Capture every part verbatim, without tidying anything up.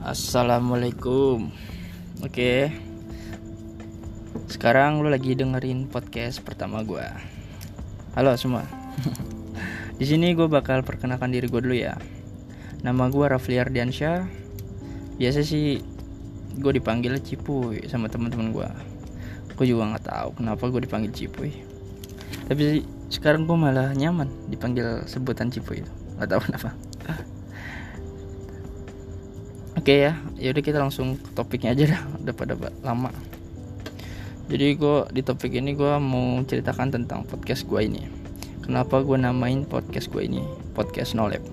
Assalamualaikum. Oke, sekarang lu lagi dengerin podcast pertama gue. Halo semua. Di sini gue bakal perkenalkan diri gue dulu ya. Nama gue Rafli Ardiansyah. Biasa sih gue dipanggil Cipuy sama teman-teman gue. Gue juga nggak tahu kenapa gue dipanggil Cipuy. Tapi sekarang gue malah nyaman dipanggil sebutan Cipuy itu. Nggak tahu kenapa. Oke ya, yaudah kita langsung ke topiknya aja dah, udah pada lama. Jadi gue di topik ini gue mau ceritakan tentang podcast gue ini. Kenapa gue namain podcast gue ini podcast No Lab.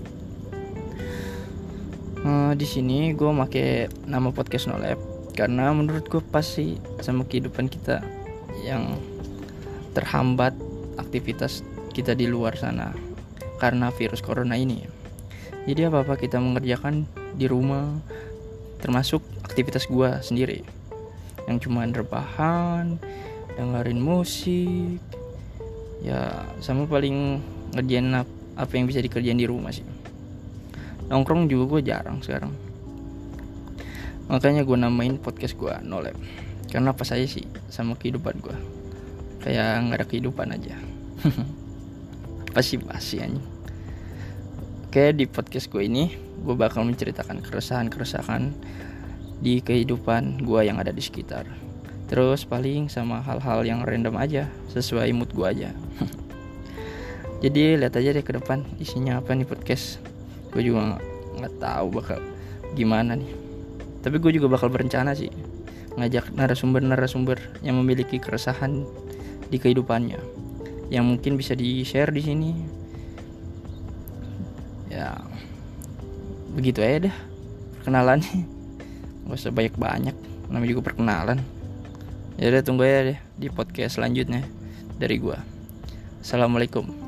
Uh, di sini gue make nama podcast No Lab karena menurut gue pasti sama kehidupan kita yang terhambat aktivitas kita di luar sana karena virus corona ini. Jadi apa-apa kita mengerjakan di rumah, termasuk aktivitas gue sendiri yang cuma rebahan, dengerin musik, ya sama paling ngerjain apa yang bisa dikerjain di rumah sih. Nongkrong juga gue jarang sekarang. Makanya gue namain podcast gue No Lab. Karena apa saja sih sama kehidupan gue, kayak nggak ada kehidupan aja. Pasti-pasti anjing. Oke, di podcast gue ini gue bakal menceritakan keresahan-keresahan di kehidupan gue yang ada di sekitar. Terus paling sama hal-hal yang random aja, sesuai mood gue aja. Jadi lihat aja deh ke depan isinya apa nih podcast. Gue juga nggak tahu bakal gimana nih. Tapi gue juga bakal berencana sih ngajak narasumber-narasumber yang memiliki keresahan di kehidupannya, yang mungkin bisa di-share di sini. Ya begitu aja dah perkenalannya, gak usah banyak-banyak, namanya juga perkenalan. Ya udah, tunggu aja deh di podcast selanjutnya dari gua. Assalamualaikum.